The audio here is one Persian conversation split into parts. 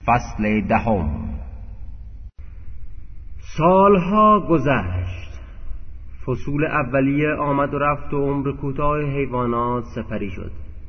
فصل 10. سالها گذشت. فصول اولیه آمد و رفت و عمر کوتاه حیوانات سپری شد.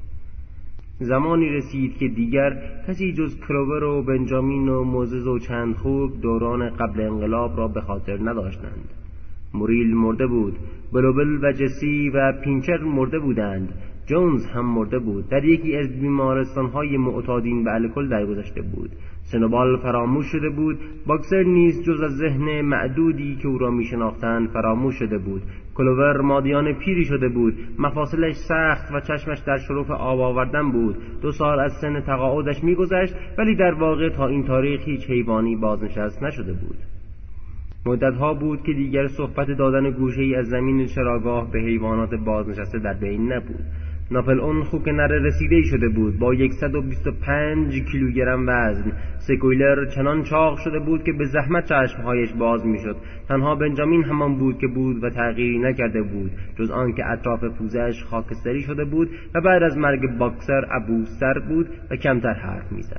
زمانی رسید که دیگر کسی جز کلوور و بنجامین و موزز و چند خوک دوران قبل انقلاب را به خاطر نداشتند. موریل مرده بود، بلوبل و جسی و پینچر مرده بودند، جونز هم مرده بود، در یکی از بیمارستان‌های معتادین به الکل درگذشته بود. سنوبال فراموش شده بود، باکسر نیز جز از ذهن معدودی که او را می‌شناختند فراموش شده بود. کلوور مادیان پیری شده بود، مفاصلش سخت و چشمش در شرف آب آوردن بود. 2 سال از سن تقاعدش می‌گذشت، ولی در واقع تا این تاریخ هیچ حیوانی بازنشست نشده بود. مدت‌ها بود که دیگر صحبت دادن گوشه‌ای از زمین چراگاه به حیوانات بازنشسته در بین نبود. ناپلئون خوک نر رسیده‌ای شده بود با 125 کیلوگرم وزن. سکویلر چنان چاق شده بود که به زحمت چشمهایش باز می‌شد. تنها بنجامین همان بود که بود و تغییری نکرده بود، جز آن که اطراف پوزش خاکستری شده بود و بعد از مرگ باکسر ابوسر بود و کمتر حرف می‌زد.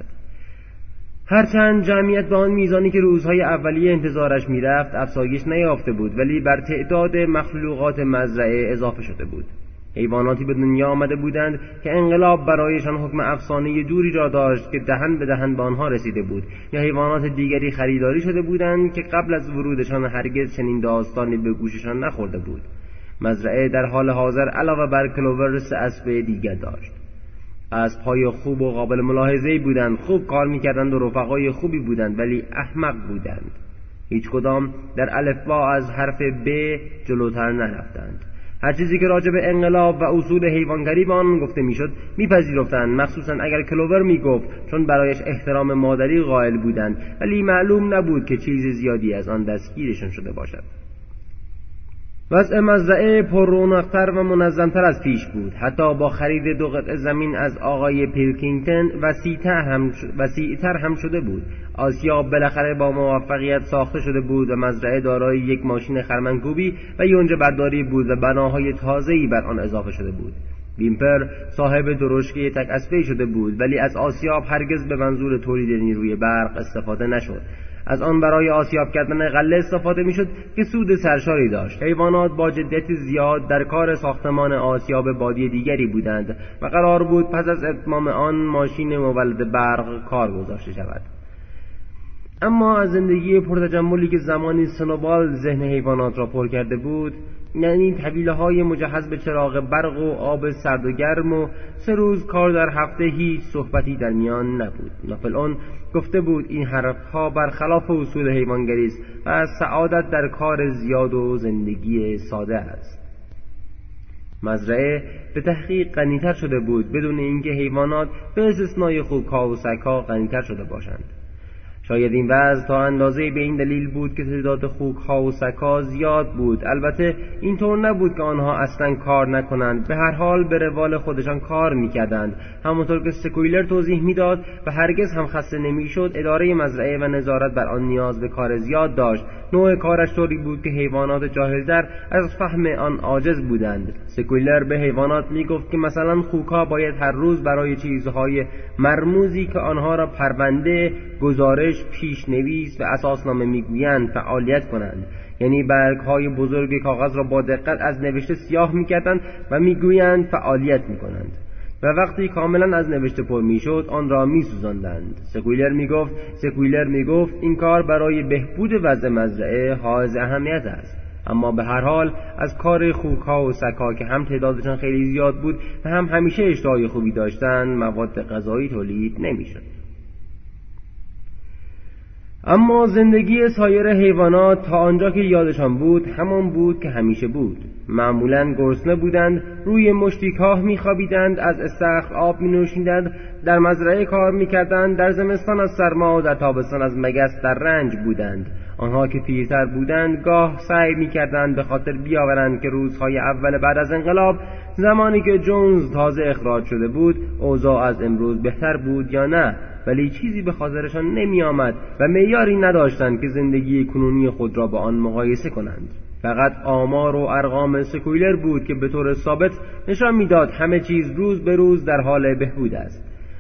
هرچند جمعیت به آن میزانی که روزهای اولیه انتظارش می‌رفت افزایش نیافته بود، ولی بر تعداد مخلوقات مزرعه اضافه شده بود. حیواناتی به دنیا آمده بودند که انقلاب برایشان حکم افسانه دوری را داشت که دهن به دهن به آنها رسیده بود، یا حیوانات دیگری خریداری شده بودند که قبل از ورودشان هرگز چنین داستانی به گوششان نخورده بود. مزرعه در حال حاضر علاوه بر کلوور 3 اسب دیگر داشت. اسب‌های خوب و قابل ملاحظه‌ای بودند، خوب کار می‌کردند و رفقای خوبی بودند، ولی احمق بودند. هیچ کدام در الفبا از حرف ب جلوتر نرفتند. هر چیزی که راجع به انقلاب و اصول حیوانگری به آن گفته میشد میپذیرفتند، مخصوصا اگر کلوور میگفت، چون برایش احترام مادری قائل بودند، ولی معلوم نبود که چیز زیادی از آن دستگیرشان شده باشد. وضع مزرعه پر رونق‌تر و منظم‌تر از پیش بود. حتی با خرید 2 قطعه زمین از آقای پیلکینگتن وسیع‌تر هم شده بود. آسیاب بالاخره با موفقیت ساخته شده بود و مزرعه دارای 1 ماشین خرمنکوبی و یونجه برداری بود و بناهای تازه‌ای بر آن اضافه شده بود. بیمپر صاحب درشکه تک اسبه‌ای شده بود، ولی از آسیاب هرگز به منظور تولید نیروی برق استفاده نشد. از آن برای آسیاب کردن غله استفاده میشد که سود سرشاری داشت. حیوانات با جدیت زیاد در کار ساختمان آسیاب بادی دیگری بودند و قرار بود پس از اتمام آن ماشین مولد برق کار گذاشته شود. اما از زندگی پرتجملی که زمانی سنوبال ذهن حیوانات را پر کرده بود، یعنی طویله‌های مجهز به چراغ برق و آب سرد و گرم و 3 روز کار در هفته، هیچ صحبتی در میان نبود. ناپلئون گفته بود این حرفها برخلاف اصول حیوانگری است و سعادت در کار زیاد و زندگی ساده است. مزرعه به تحقیق غنی‌تر شده بود بدون اینکه حیوانات به استثنای خوک‌ها و سگ‌ها غنی‌تر شده باشند. شاید این وضع تا اندازه‌ای به این دلیل بود که تعداد خوک‌ها و سگ‌ها زیاد بود. البته اینطور نبود که آنها اصلاً کار نکنند، به هر حال به روال خودشان کار می‌کردند. همونطور که سکویلر توضیح می‌داد و هرگز هم خسته نمی‌شد، اداره مزرعه و نظارت بر آن نیاز به کار زیاد داشت. نوع کارش طوری بود که حیوانات جاهل‌تر از فهم آن عاجز بودند. سکویلر به حیوانات می‌گفت که مثلا خوک‌ها باید هر روز برای چیزهای مرموزی که آنها را پرونده، گزارش، پیشنویس و اساسنامه میگویند فعالیت کنند. یعنی برگ‌های بزرگ کاغذ را با دقت از نوشته سیاه می‌کردند و میگویند فعالیت می‌کنند و وقتی کاملا از نوشته پر میشد آن را می‌سوزاندند. سکویلر میگفت این کار برای بهبود وضع مزرعه حائز اهمیت است، اما به هر حال از کار خوک‌ها و سگ‌ها که هم تعدادشان خیلی زیاد بود و هم همیشه اشتهای خوبی داشتند مواد غذایی تولید نمی‌شد. اما زندگی سایر حیوانات تا آنجا که یادشان بود همان بود که همیشه بود. معمولاً گرسنه بودند، روی مشتی کاه می‌خوابیدند، از استخر آب می‌نوشیدند، در مزرعه کار می‌کردند، در زمستان از سرما و در تابستان از مگس در رنج بودند. آنها که پیرتر بودند گاه سعی می‌کردند به خاطر بیاورند که روزهای اول بعد از انقلاب، زمانی که جونز تازه اخراج شده بود، اوضاع از امروز بهتر بود یا نه، ولی چیزی به خاطرشان نمی آمد و معیاری نداشتند که زندگی کنونی خود را با آن مقایسه کنند. فقط آمار و ارقام سکویلر بود که به طور ثابت نشان می‌داد همه چیز روز به روز در حال بهبود است.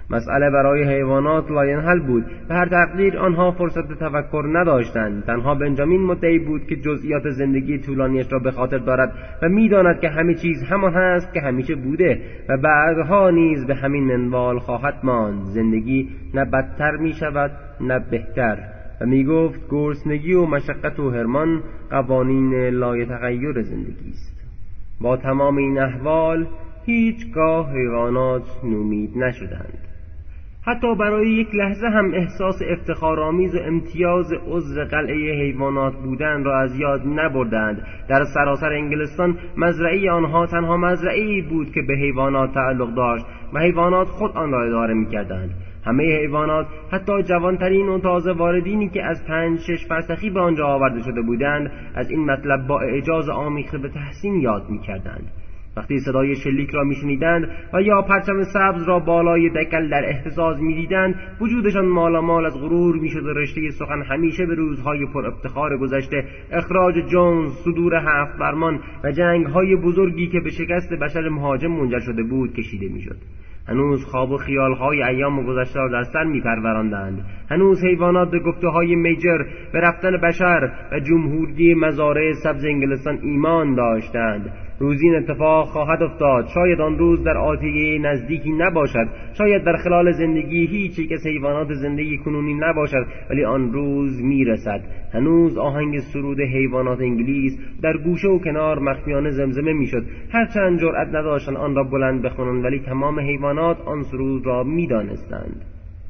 مسئله برای حیوانات لاینحل بود. به هر تقدیر آنها فرصت تفکر نداشتند. تنها بنجامین مدعی بود که جزئیات زندگی طولانیش را به خاطر دارد و می‌داند که همه چیز همان است که همیشه بوده و بعدها نیز به همین منوال خواهد ماند. زندگی نه بدتر می‌شود نه بهتر و می‌گفت گرسنگی و مشقت و حرمان قوانین لایتغیر زندگی است. با تمام این احوال هیچگاه حیوانات نومید نشدند. حتی برای یک لحظه هم احساس افتخارآمیز و امتیاز عضو قلعه حیوانات بودن را از یاد نبردند. در سراسر انگلستان مزرعه آنها تنها مزرعه‌ای بود که به حیوانات تعلق داشت و حیوانات خود آن را اداره می‌کردند. همه حیوانات، حتی جوانترین و تازه واردینی که از 5-6 فرسخی به آنجا آورده شده بودند، از این مطلب با اعجاز آمیخته به تحسین یاد می‌کردند. وقتی صدای شلیک را میشنیدند و یا پرچم سبز را بالای دکل در اهتزاز میدیدند، وجودشان مالامال از غرور میشد و رشته سخن همیشه به روزهای پر افتخار گذشته، اخراج جونز، صدور 7 فرمان و جنگهای بزرگی که به شکست بشر مهاجم منجر شده بود کشیده میشد. هنوز خواب و خیالهای ایام گذشته را در سر میپروراندند. هنوز حیوانات به گفته‌های میجر به رفتن بشر و جمهوری مزارع سبز انگلستان ایمان داشتند. روزی این اتفاق خواهد افتاد. شاید آن روز در آتیه نزدیکی نباشد، شاید در خلال زندگی هیچ یک از حیوانات زندگی کنونی نباشد، ولی آن روز میرسد. هنوز آهنگ سرود حیوانات انگلیس در گوشه و کنار مخفیانه زمزمه میشد. هرچند جرأت نداشتند آن را بلند بخوانند، ولی تمام حیوانات آن سرود را میدانستند.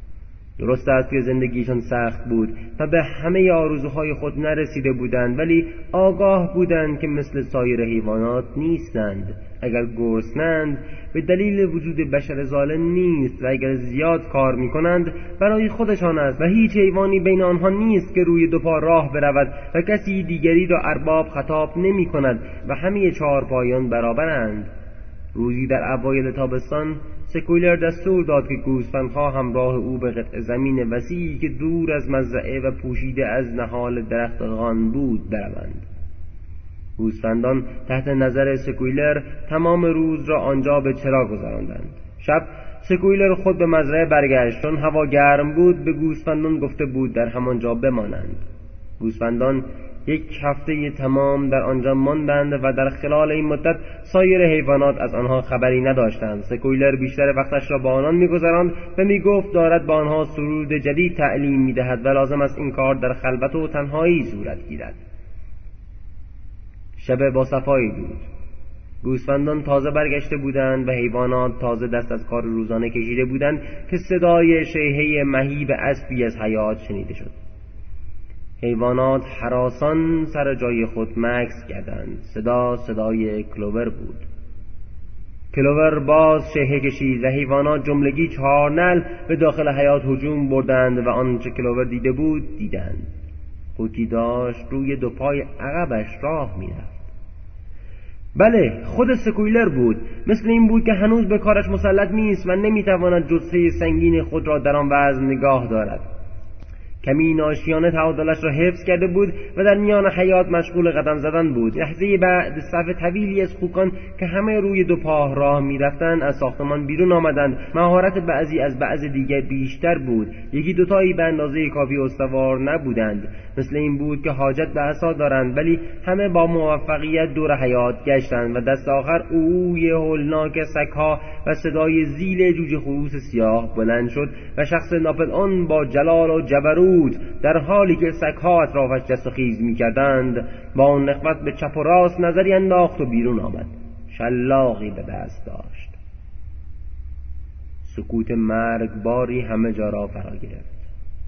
درست است که زندگیشان سخت بود و به همه آرزوهای خود نرسیده بودند، ولی آگاه بودند که مثل سایر حیوانات نیستند. اگر گرسنند به دلیل وجود بشر ظالم نیست و اگر زیاد کار میکنند برای خودشان است و هیچ حیوانی بین آنها نیست که روی 2 پا راه برود و کسی دیگری را ارباب خطاب نمی کند و همه 4 پایان برابرند. روزی در اوایل تابستان سکویلر دستور داد که گوسفندها همراه او به قطع زمین وسیعی که دور از مزرعه و پوشیده از نهال درختان بود بروند. گوسفندان تحت نظر سکویلر تمام روز را آنجا به چرا گذراندند. شب سکویلر خود به مزرعه برگشت. چون هوا گرم بود به گوسفندان گفته بود در همانجا بمانند. گوسفندان 1 هفته تمام در آنجا ماندند و در خلال این مدت سایر حیوانات از آنها خبری نداشتند. سکویلر بیشتر وقتش را با آنان می‌گذراند و می‌گفت دارد با آنها سرود جدید تعلیم می‌دهد و لازم است این کار در خلوت و تنهایی صورت گیرد. شب با صفایی بود. گوسفندان تازه برگشته بودند و حیوانات تازه دست از کار روزانه کشیده بودند که صدای شیهه مهیب اسبی از حیاط شنیده شد. حیوانات هراسان سر جای خود مکث کردند. صدای کلوور بود. کلوور باز شیهه کشید و حیوانات جملگی 4 نعل به داخل حیاط هجوم بردند و آنچه کلوور دیده بود دیدند. قوطی داشت روی 2 پای عقبش راه میرفت. بله، خود سکویلر بود. مثل این بود که هنوز به کارش مسلط نیست و نمیتواند جثه سنگین خود را در آن وضع نگاه دارد. کمی ناشیانه تعادلش را حفظ کرده بود و در میان حیاط مشغول قدم زدن بود. لحظه بعد صف طویلی از خوکان که همه روی 2 پا راه می‌رفتند از ساختمان بیرون آمدند. مهارت بعضی از بعض دیگر بیشتر بود. 1-2 تایی به اندازه کافی استوار نبودند. مثل این بود که حاجت به عصا دارند، ولی همه با موفقیت دور حیاط گشتند و دست آخر اوی هولناک سگ‌ها و صدای زیل جوجه خروس سیاه بلند شد و شخص ناپلئون با جلال و جبروت در حالی که سگ‌ها اطرافش جست و خیز می‌کردند با نخوت به چپ و راست نظری انداخت و بیرون آمد. شلاقی به دست داشت. سکوت مرگباری همه جا را فرا گرفت.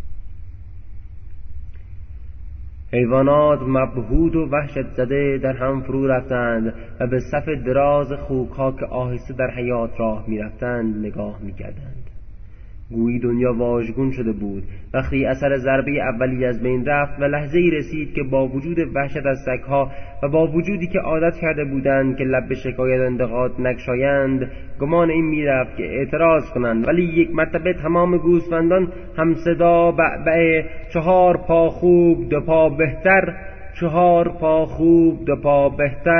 حیوانات مبهوت و وحشت زده در هم فرو رفتند و به صف دراز خوک‌ها که آهسته در حیاط راه می‌رفتند نگاه می‌کردند. گویی دنیا واژگون شده بود. وقتی اثر ضربه اولی از بین رفت و لحظه‌ای رسید که با وجود وحشت از سگ‌ها و با وجودی که عادت کرده بودند که لب به شکایت انتقاد نگشایند، گمان این میرفت که اعتراض کنند، ولی یک مرتبه تمام گوسفندان هم صدا بعبع 4 پا خوب 2 پا بهتر، 4 پا خوب 2 پا بهتر،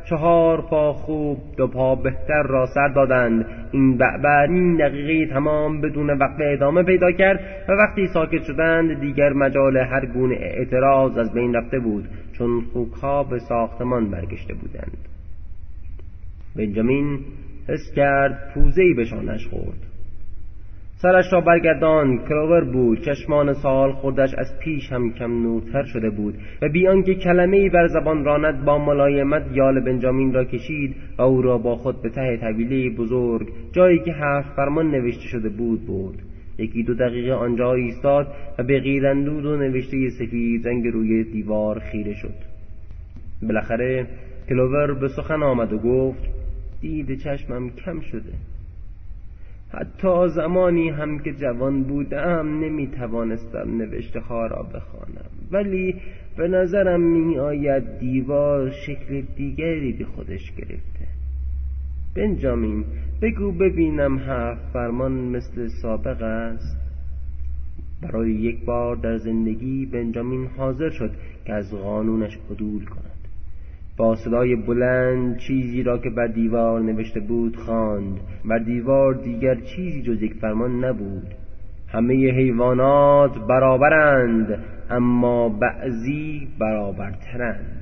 4 پا خوب 2 پا بهتر را سر دادند. این بعد این دقیقه تمام بدون وقفه ادامه پیدا کرد و وقتی ساکت شدند دیگر مجال هر گونه اعتراض از بین رفته بود، چون خوک‌ها به ساختمان برگشته بودند. بنجامین حس کرد پوزه‌ای به شانه‌اش خورد. سرش را برگرداند. کلوور بود. چشمان سال خوردش از پیش هم کم نورتر شده بود و بی آنکه کلمه‌ای بر زبان راند با ملایمت یال بنجامین را کشید و او را با خود به ته طویله بزرگ، جایی که 7 فرمان نوشته شده بود، برد. 1-2 دقیقه آنجا ایستاد و به قیراندود و نوشته سفید رنگ روی دیوار خیره شد. بالاخره کلوور به سخن آمد و گفت: دید چشمم کم شده. حتی زمانی هم که جوان بودم نمیتوانستم نوشته ها را بخوانم، ولی به نظرم می آید دیوار شکل دیگری به خودش گرفته. بنجامین، بگو ببینم 7 فرمان مثل سابق است؟ برای 1 بار در زندگی بنجامین حاضر شد که از قانونش عدول کند. با صدای بلند چیزی را که بر دیوار نوشته بود خواند. بر دیوار دیگر چیزی جز 1 فرمان نبود: همه حیوانات برابرند، اما بعضی برابرترند.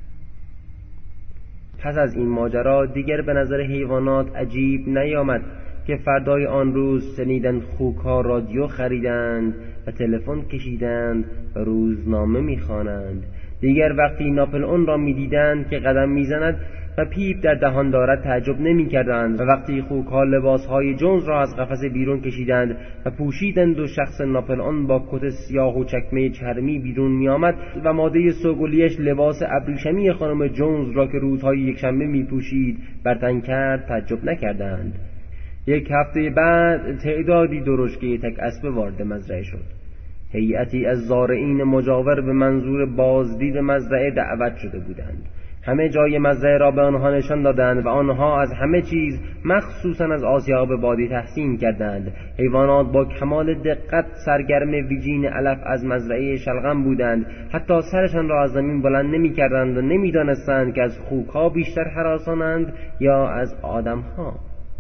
پس از این ماجرا دیگر به نظر حیوانات عجیب نیامد که فردای آن روز شنیدند خوک‌ها رادیو خریدند و تلفن کشیدند و روزنامه می‌خوانند. دیگر وقتی ناپلئون را می‌دیدند که قدم می‌زند و پیپ در دهان دارد تعجب نمی‌کردند و وقتی خوک‌ها لباس‌های جونز را از قفس بیرون کشیدند و پوشیدند و شخص ناپلئون با کت سیاه و چکمه چرمی بیرون می‌آمد و ماده سوگلیش لباس ابریشمی خانم جونز را که روزهای یکشنبه می‌پوشید بر تن کرد تعجب نکردند. 1 هفته بعد تعدادی درشکه تک اسب وارد مزرعه شد. هیئتی از زارعین مجاور به منظور بازدید مزرعه دعوت شده بودند. همه جای مزرعه را به آنها نشان دادند و آنها از همه چیز مخصوصاً از آسیاب بادی تحسین کردند. حیوانات با کمال دقت سرگرم ویجین علف از مزرعه شلغم بودند. حتی سرشان را از زمین بلند نمی کردند و نمی دانستند که از خوک‌ها بیشتر هراسانند یا از آدم‌ها.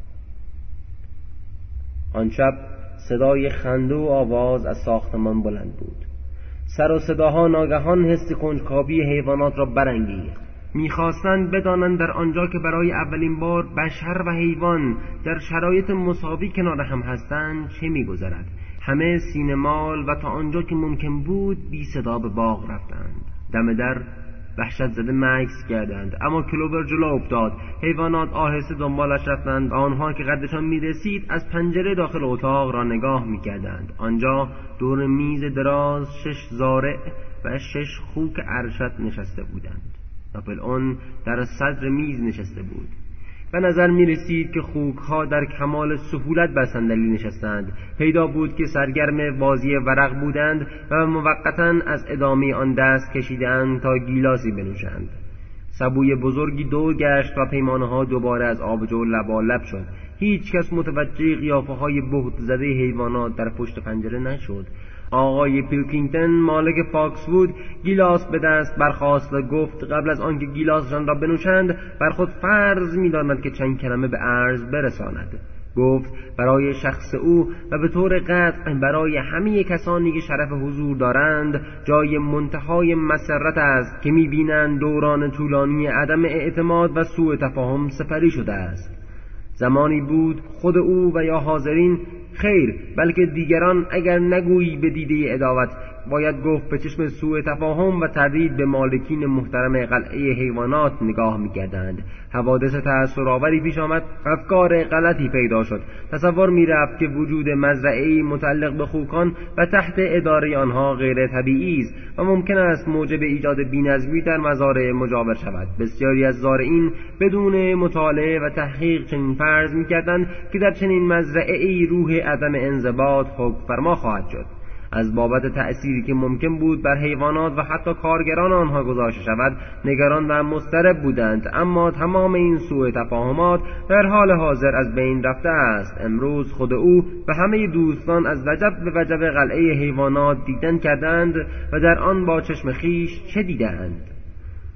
آن شب صدای خنده و آواز از ساختمان بلند بود. سر و صداها ناگهان حس کنجکاوی حیوانات را برانگیخت. می‌خواستند بدانند در آنجا که برای اولین بار بشر و حیوان در شرایط مساوی کنار هم هستند چه می‌گذرد. همه سینه‌مال و تا آنجا که ممکن بود بی صدا به باغ رفتند. دم در وحشت زده مکث کردند، اما کلوور جلو افتاد. حیوانات آهسته دنبالش رفتند و آنها که قدشان می‌رسید از پنجره داخل اتاق را نگاه می‌کردند. آنجا دور میز دراز 6 زارع و 6 خوک ارشد نشسته بودند. ناپلئون در صدر میز نشسته بود. به نظر می رسید که خوک‌ها در کمال سهولت بر صندلی نشستند. پیدا بود که سرگرم بازی ورق بودند و موقتاً از ادامه آن دست کشیدند تا گیلاسی بنوشند. سبوی بزرگی دور گشت و پیمانه‌ها دوباره از آبجو لبالب شد. هیچ کس متوجه قیافه‌های بهت زده حیوانات در پشت پنجره نشد. آقای پیلکینگتون مالک فاکس بود گیلاس به دست برخاست و گفت قبل از آنکه گیلاسشان را بنوشند بر خود فرض می‌داند که چند کلمه به عرض برساند. گفت برای شخص او و به طور قطع برای همه کسانی که شرف حضور دارند جای منتهای مسرت است که می‌بینند دوران طولانی عدم اعتماد و سوء تفاهم سپری شده است. زمانی بود خود او و یا حاضرین، خیر بلکه دیگران اگر نگویی به دیده عداوت باید گفت به چشم سوء تفاهم و تردید به مالکین محترم قلعه حیوانات نگاه می‌کردند. حوادث تأثرآوری پیش آمد، افکار غلطی پیدا شد. تصور می‌رفت که وجود مزرعه‌ای متعلق به خوکان و تحت اداره آنها غیر طبیعی است و ممکن است موجب ایجاد بی‌نظمی در مزارع مجاور شود. بسیاری از زارعین بدون مطالعه و تحقیق چنین فرض می‌کردند که در چنین مزرعه‌ای روح عدم انضباط حکم فرما خواهد شد. از بابت تأثیری که ممکن بود بر حیوانات و حتی کارگران آنها گذاشته شود نگران و مضطرب بودند، اما تمام این سوء تفاهمات در حال حاضر از بین رفته است. امروز خود او و همه دوستان از وجب به وجب قلعه حیوانات دیدن کردند و در آن با چشم خیش چه دیدند؟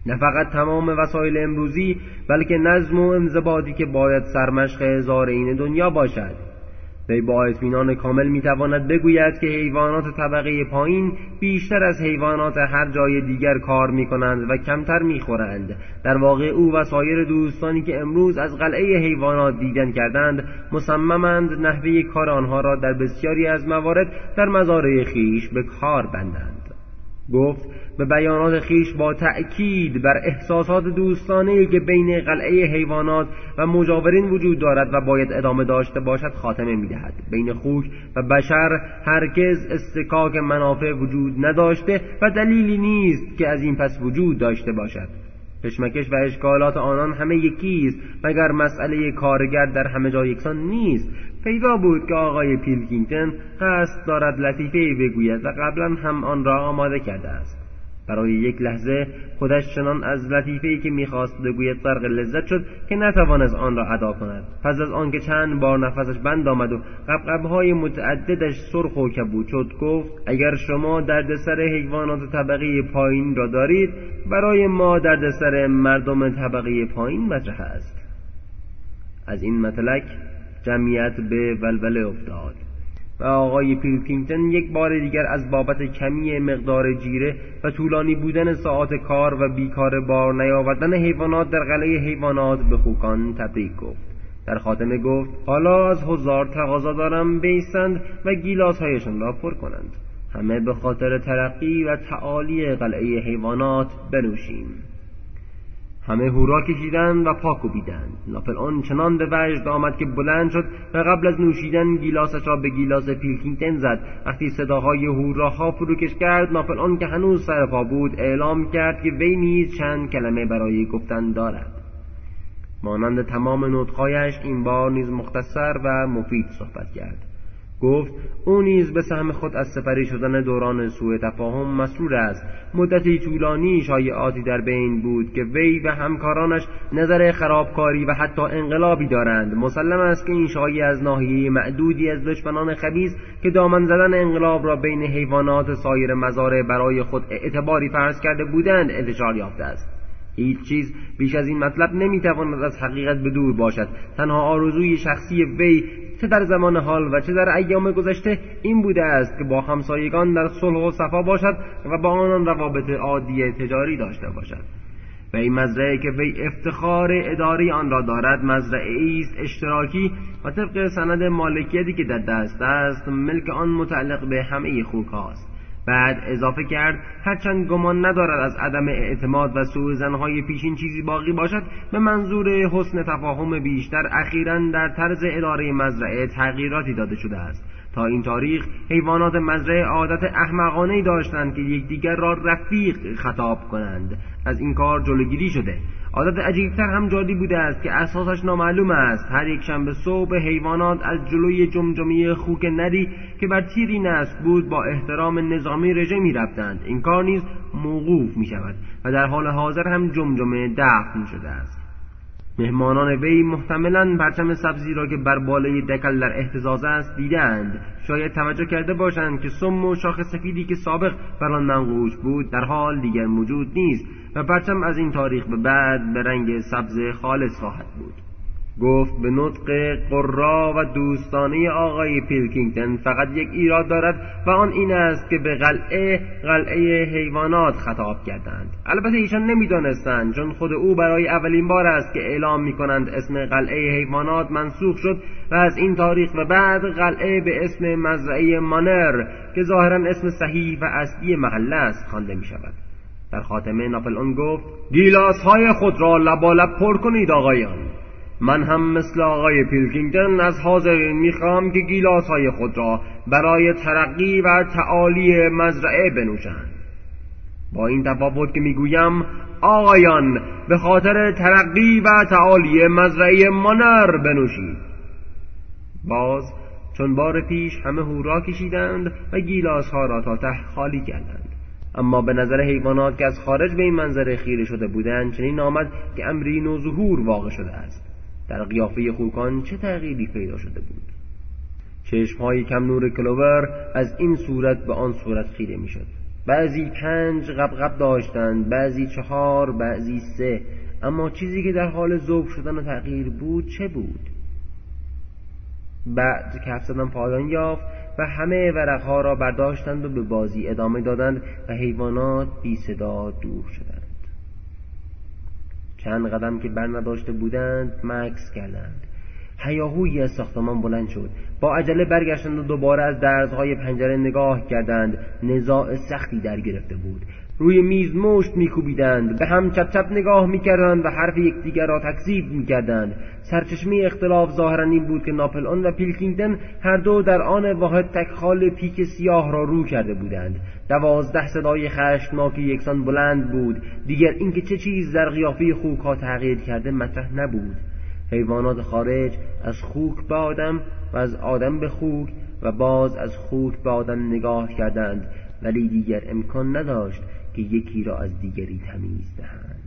نه فقط تمام وسایل امروزی، بلکه نظم و انضباطی که باید سرمشق زارعین دنیا باشد. وی با اطمینان کامل میتواند بگوید که حیوانات طبقه پایین بیشتر از حیوانات هر جای دیگر کار میکنند و کمتر میخورند. در واقع او و سایر دوستانی که امروز از قلعه حیوانات دیدن کردند مصممند نحوه کار آنها را در بسیاری از موارد در مزارع خیش به کار بندند. گفت به بیانات خیش با تأکید بر احساسات دوستانه‌ای که بین قلعه حیوانات و مجاورین وجود دارد و باید ادامه داشته باشد خاتمه می‌دهد. بین خوک و بشر هرگز استکاک منافع وجود نداشته و دلیلی نیست که از این پس وجود داشته باشد. کشمکش و اشکالات آنان همه یکی است، مگر مسئله کارگر در همه جا یکسان نیست. پیدا بود که آقای پیلکینگتون قصد دارد لطیفه‌ای بگوید و قبلا هم آن را آماده کرده است. برای یک لحظه خودش چنان از لطیفه‌ای که می‌خواست بگوید غرق لذت شد که نتوانست آن را ادا کند. پس از آنکه چند بار نفسش بند آمد و قبقب‌های متعددش سرخ و کبود شد، گفت اگر شما دردسر حیوانات طبقه پایین را دارید، برای ما دردسر مردم طبقه پایین مطرح است. از این مطلق جمعیت به ولوله افتاد و آقای پیلکینگتون یک بار دیگر از بابت کمی مقدار جیره و طولانی بودن ساعات کار و بیکار بار نیاوردن حیوانات در قلعه حیوانات به خوکان تبریک گفت. در خاتمه گفت حالا از حضار تقاضا دارم بایستند و گیلاس‌هایشان را پر کنند. همه به خاطر ترقی و تعالی قلعه حیوانات بنوشیم. همه هورا کشیدند و پا کوبیدند. ناپلئون چنان به وجد آمد که بلند شد و قبل از نوشیدن گیلاسش را به گیلاس پیلکینگتون زد. وقتی صداهای هوراها فروکش کرد، ناپلئون که هنوز سر پا بود اعلام کرد که وی نیز چند کلمه برای گفتن دارد. مانند تمام نطقهایش این بار نیز مختصر و مفید صحبت کرد. گفت او نیز به سهم خود از سپری شدن دوران سوء تفاهم مسرور است. مدتی طولانی شایعاتی در بین بود که وی و همکارانش نظر خرابکاری و حتی انقلابی دارند. مسلم است که این شایعه از ناحیه معدودی از دشمنان خبیث که دامن زدن انقلاب را بین حیوانات سایر مزارع برای خود اعتباری فرض کرده بودند انتشار یافته است. هیچ چیز بیش از این مطلب نمیتواند از حقیقت بدور باشد. تنها آرزوی شخصی وی چه در زمان حال و چه در ایام گذشته این بوده است که با همسایگان در صلح و صفا باشد و با آنان روابط عادی تجاری داشته باشد. و این مزرعه که وی افتخار اداره آن را دارد مزرعه‌ای است اشتراکی و طبق سند مالکیتی که در دست است ملک آن متعلق به همه خوک هاست. بعد اضافه کرد هرچند گمان ندارد از عدم اعتماد و سوء ظن‌های پیشین چیزی باقی باشد، به منظور حسن تفاهم بیشتر اخیراً در طرز اداره مزرعه تغییراتی داده شده است. تا این تاریخ حیوانات مزرعه عادت احمقانه‌ای داشتند که یکدیگر را رفیق خطاب کنند. از این کار جلوگیری شده. عادت عجیبتر هم جاری بوده است که اساسش نامعلوم است. هر یک شنبه صبح حیوانات از جلوی جمجمه خوک نری که بر تیری نصب بود با احترام نظامی رژه می رفتند. این کار نیز موقوف می شود و در حال حاضر هم جمجمه دفن شده است. مهمانان وی محتملاً پرچم سبزی را که بر بالای دکل در اهتزاز است دیدند. شاید توجه کرده باشند که سم و شاخ سفیدی که سابق بر آن منقوش بود در حال دیگر موجود نیست و پرچم از این تاریخ به بعد به رنگ سبز خالص خواهد بود. گفت به نطق قرا و دوستانه آقای پیلکینگتون فقط یک ایراد دارد و آن این است که به قلعه حیوانات خطاب کردند. البته ایشان نمیدانستند، چون خود او برای اولین بار است که اعلام میکنند اسم قلعه حیوانات منسوخ شد و از این تاریخ و بعد قلعه به اسم مزرعه مانر که ظاهرا اسم صحیح و اصلی محله است خوانده می شود. در خاتمه ناپلئون گفت گیلاس های خود را لبالب پر کنید آقایان. من هم مثل آقای پیلکینگتون از حاضرین میخوام که گیلاس‌های خود را برای ترقی و تعالی مزرعه بنوشند. با این تفاوت که میگویم آقایان به خاطر ترقی و تعالی مزرعه مانر بنوشید. باز چون بار پیش همه هورا کشیدند و گیلاس‌ها را تا ته خالی کردند. اما به نظر حیوانات که از خارج به این منظره خیره شده بودند چنین آمد که امری نوظهور واقع شده است. در قیافه خوکان چه تغییری پیدا شده بود؟ چشمهای کم نور کلوور از این صورت به آن صورت خیره می شد. بعضی 5 غبغب داشتند، بعضی 4، بعضی 3. اما چیزی که در حال ذوب شدن و تغییر بود چه بود؟ بعد کف زدن پایان یافت و همه ورقها را برداشتند و به بازی ادامه دادند و حیوانات بی صدا دور شدند. چند قدم که بر نداشته بودند مکث کردند. هیاهویی از ساختمان بلند شد. با عجله برگشتند و دوباره از درزهای پنجره نگاه کردند. نزاع سختی در گرفته بود. روی میز مشت میکوبیدند، به هم چپ چپ نگاه میکردند و حرف یکدیگر را تکذیب میکردند. سرچشمه اختلاف ظاهرا این بود که ناپلئون و پیلکینگتن هر دو در آن واحد تکخال پیک سیاه را رو کرده بودند. 12 صدای خشمناک یکسان بلند بود. دیگر اینکه چه چیز در قیافه خوک‌ها تغییر کرده مطرح نبود. حیوانات خارج از خوک به آدم و از آدم به خوک و باز از خوک به آدم نگاه کردند، ولی دیگر امکان نداشت که یکی را از دیگری تمیز دهند.